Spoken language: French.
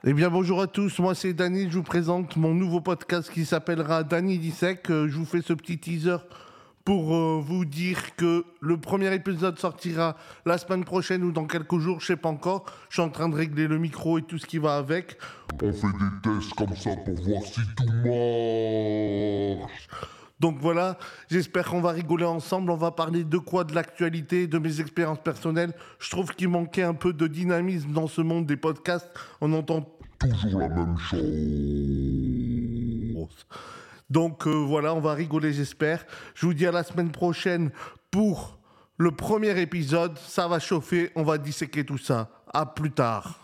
Eh bien bonjour à tous, moi c'est Dany, je vous présente mon nouveau podcast qui s'appellera Dany Dissèque. Je vous fais ce petit teaser pour vous dire que le premier épisode sortira la semaine prochaine ou dans quelques jours, je sais pas encore. Je suis en train de régler le micro et tout ce qui va avec. On fait des tests comme ça pour voir si tout marche. Donc voilà, j'espère qu'on va rigoler ensemble, on va parler de quoi? De l'actualité, de mes expériences personnelles. Je trouve qu'il manquait un peu de dynamisme dans ce monde des podcasts, on entend Toujours la même chose. Donc voilà, on va rigoler j'espère. Je vous dis à la semaine prochaine pour le premier épisode, ça va chauffer, on va disséquer tout ça. À plus tard.